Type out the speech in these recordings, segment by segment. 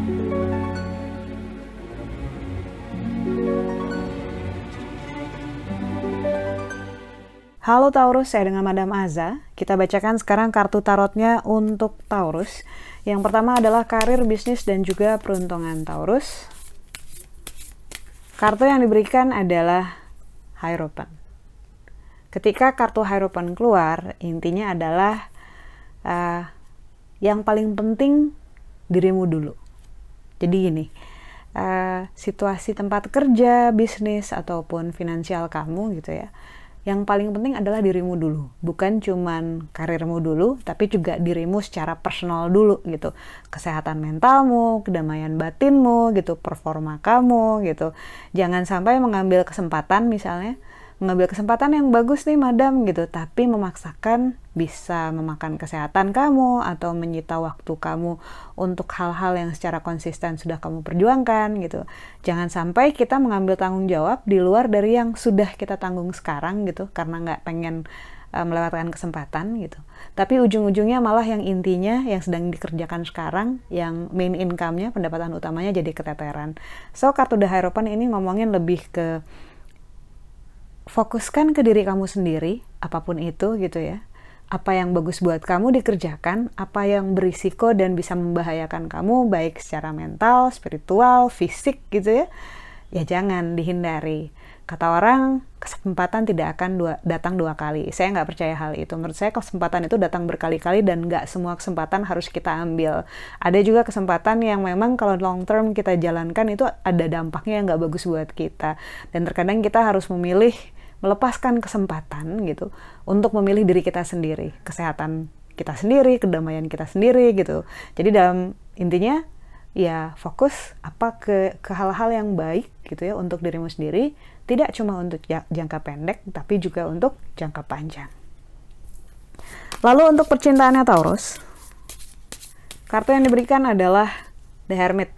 Halo Taurus, saya dengan Madam Aza. Kita bacakan sekarang kartu tarotnya untuk Taurus. Yang pertama adalah karir, bisnis, dan juga peruntungan Taurus. Kartu yang diberikan adalah Hierophant. Ketika kartu Hierophant keluar, intinya adalah yang paling penting dirimu dulu. Jadi gini, situasi tempat kerja, bisnis, ataupun finansial kamu gitu ya, yang paling penting adalah dirimu dulu. Bukan cuman karirmu dulu, tapi juga dirimu secara personal dulu gitu. Kesehatan mentalmu, kedamaian batinmu gitu, performa kamu gitu. Jangan sampai mengambil kesempatan misalnya, mengambil kesempatan yang bagus nih madam gitu, tapi memaksakan bisa memakan kesehatan kamu atau menyita waktu kamu untuk hal-hal yang secara konsisten sudah kamu perjuangkan gitu. Jangan sampai kita mengambil tanggung jawab di luar dari yang sudah kita tanggung sekarang gitu, karena nggak pengen melewatkan kesempatan gitu. Tapi ujung-ujungnya malah yang intinya yang sedang dikerjakan sekarang, yang main income-nya, pendapatan utamanya jadi keteteran. So kartu The Hierophant ini ngomongin lebih ke fokuskan ke diri kamu sendiri, apapun itu gitu ya. Apa yang bagus buat kamu dikerjakan, apa yang berisiko dan bisa membahayakan kamu baik secara mental, spiritual, fisik gitu ya. Ya jangan, dihindari. Kata orang, kesempatan tidak akan datang dua kali. Saya nggak percaya hal itu. Menurut saya kesempatan itu datang berkali-kali dan nggak semua kesempatan harus kita ambil. Ada juga kesempatan yang memang kalau long term kita jalankan itu ada dampaknya yang nggak bagus buat kita. Dan terkadang kita harus memilih melepaskan kesempatan gitu untuk memilih diri kita sendiri, kesehatan kita sendiri, kedamaian kita sendiri gitu. Jadi dalam intinya ya fokus apa ke hal-hal yang baik gitu ya untuk dirimu sendiri, tidak cuma untuk jangka pendek tapi juga untuk jangka panjang. Lalu untuk percintaannya Taurus, kartu yang diberikan adalah The Hermit.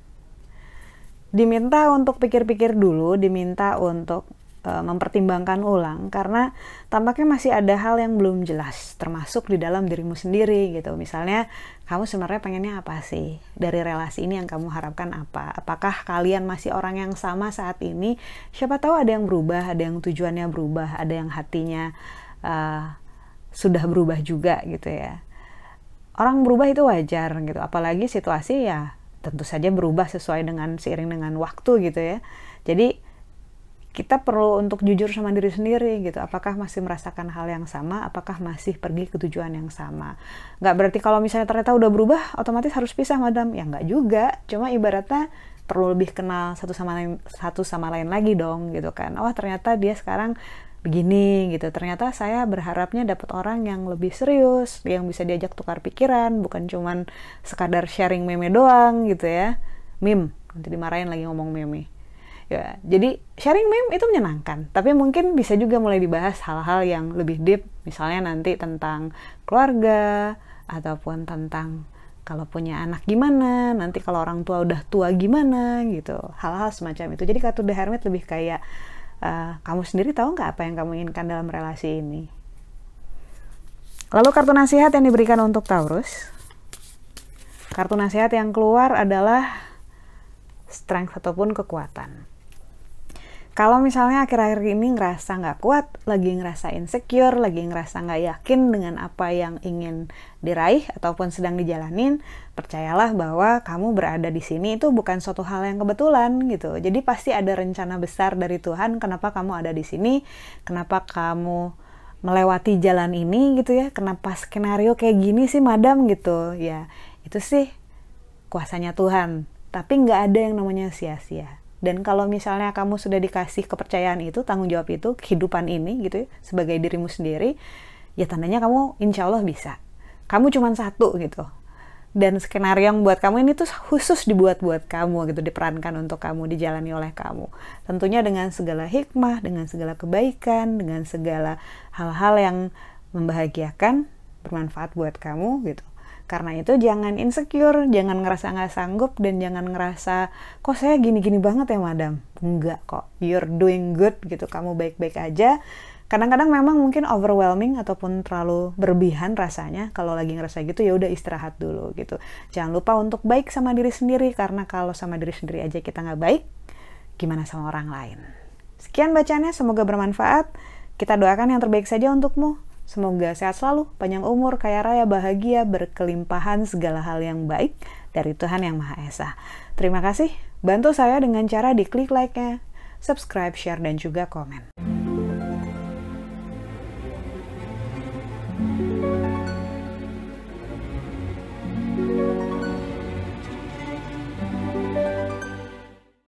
Diminta untuk pikir-pikir dulu, diminta untuk mempertimbangkan ulang, karena tampaknya masih ada hal yang belum jelas, termasuk di dalam dirimu sendiri gitu. Misalnya, kamu sebenarnya pengennya apa sih? Dari relasi ini yang kamu harapkan apa? Apakah kalian masih orang yang sama saat ini? Siapa tahu ada yang berubah, ada yang tujuannya berubah, ada yang hatinya sudah berubah juga gitu ya. Orang berubah itu wajar gitu, apalagi situasi ya tentu saja berubah sesuai dengan seiring dengan waktu gitu ya. Jadi kita perlu untuk jujur sama diri sendiri gitu. Apakah masih merasakan hal yang sama? Apakah masih pergi ke tujuan yang sama? Nggak berarti kalau misalnya ternyata udah berubah, otomatis harus pisah, madam. Ya nggak juga. Cuma ibaratnya perlu lebih kenal satu sama lain lagi dong gitu kan. Oh ternyata dia sekarang begini gitu. Ternyata saya berharapnya dapat orang yang lebih serius, yang bisa diajak tukar pikiran, bukan cuman sekadar sharing meme doang gitu ya. Meme, nanti dimarahin lagi ngomong meme. Ya, jadi sharing meme itu menyenangkan, tapi mungkin bisa juga mulai dibahas hal-hal yang lebih deep, misalnya nanti tentang keluarga, ataupun tentang kalau punya anak gimana, nanti kalau orang tua udah tua gimana, gitu. Hal-hal semacam itu. Jadi kartu The Hermit lebih kayak, kamu sendiri tahu nggak apa yang kamu inginkan dalam relasi ini? Lalu kartu nasihat yang diberikan untuk Taurus. Kartu nasihat yang keluar adalah strength ataupun kekuatan. Kalau misalnya akhir-akhir ini ngerasa nggak kuat, lagi ngerasa insecure, lagi ngerasa nggak yakin dengan apa yang ingin diraih ataupun sedang dijalanin, percayalah bahwa kamu berada di sini itu bukan suatu hal yang kebetulan gitu. Jadi pasti ada rencana besar dari Tuhan kenapa kamu ada di sini, kenapa kamu melewati jalan ini gitu ya, kenapa skenario kayak gini sih madam gitu. Ya itu sih kuasanya Tuhan, tapi nggak ada yang namanya sia-sia. Dan kalau misalnya kamu sudah dikasih kepercayaan itu, tanggung jawab itu, kehidupan ini gitu ya, sebagai dirimu sendiri, ya tandanya kamu insya Allah bisa. Kamu cuma satu gitu. Dan skenario yang buat kamu ini tuh khusus dibuat buat kamu gitu, diperankan untuk kamu, dijalani oleh kamu. Tentunya dengan segala hikmah, dengan segala kebaikan, dengan segala hal-hal yang membahagiakan, bermanfaat buat kamu gitu. Karena itu jangan insecure, jangan ngerasa nggak sanggup, dan jangan ngerasa, kok saya gini-gini banget ya madam. Enggak kok, you're doing good gitu, kamu baik-baik aja. Kadang-kadang memang mungkin overwhelming ataupun terlalu berlebihan rasanya. Kalau lagi ngerasa gitu, ya udah istirahat dulu gitu. Jangan lupa untuk baik sama diri sendiri, karena kalau sama diri sendiri aja kita nggak baik, gimana sama orang lain. Sekian bacaannya, semoga bermanfaat. Kita doakan yang terbaik saja untukmu. Semoga sehat selalu, panjang umur, kaya raya, bahagia, berkelimpahan segala hal yang baik dari Tuhan Yang Maha Esa. Terima kasih, bantu saya dengan cara diklik like-nya, subscribe, share, dan juga komen.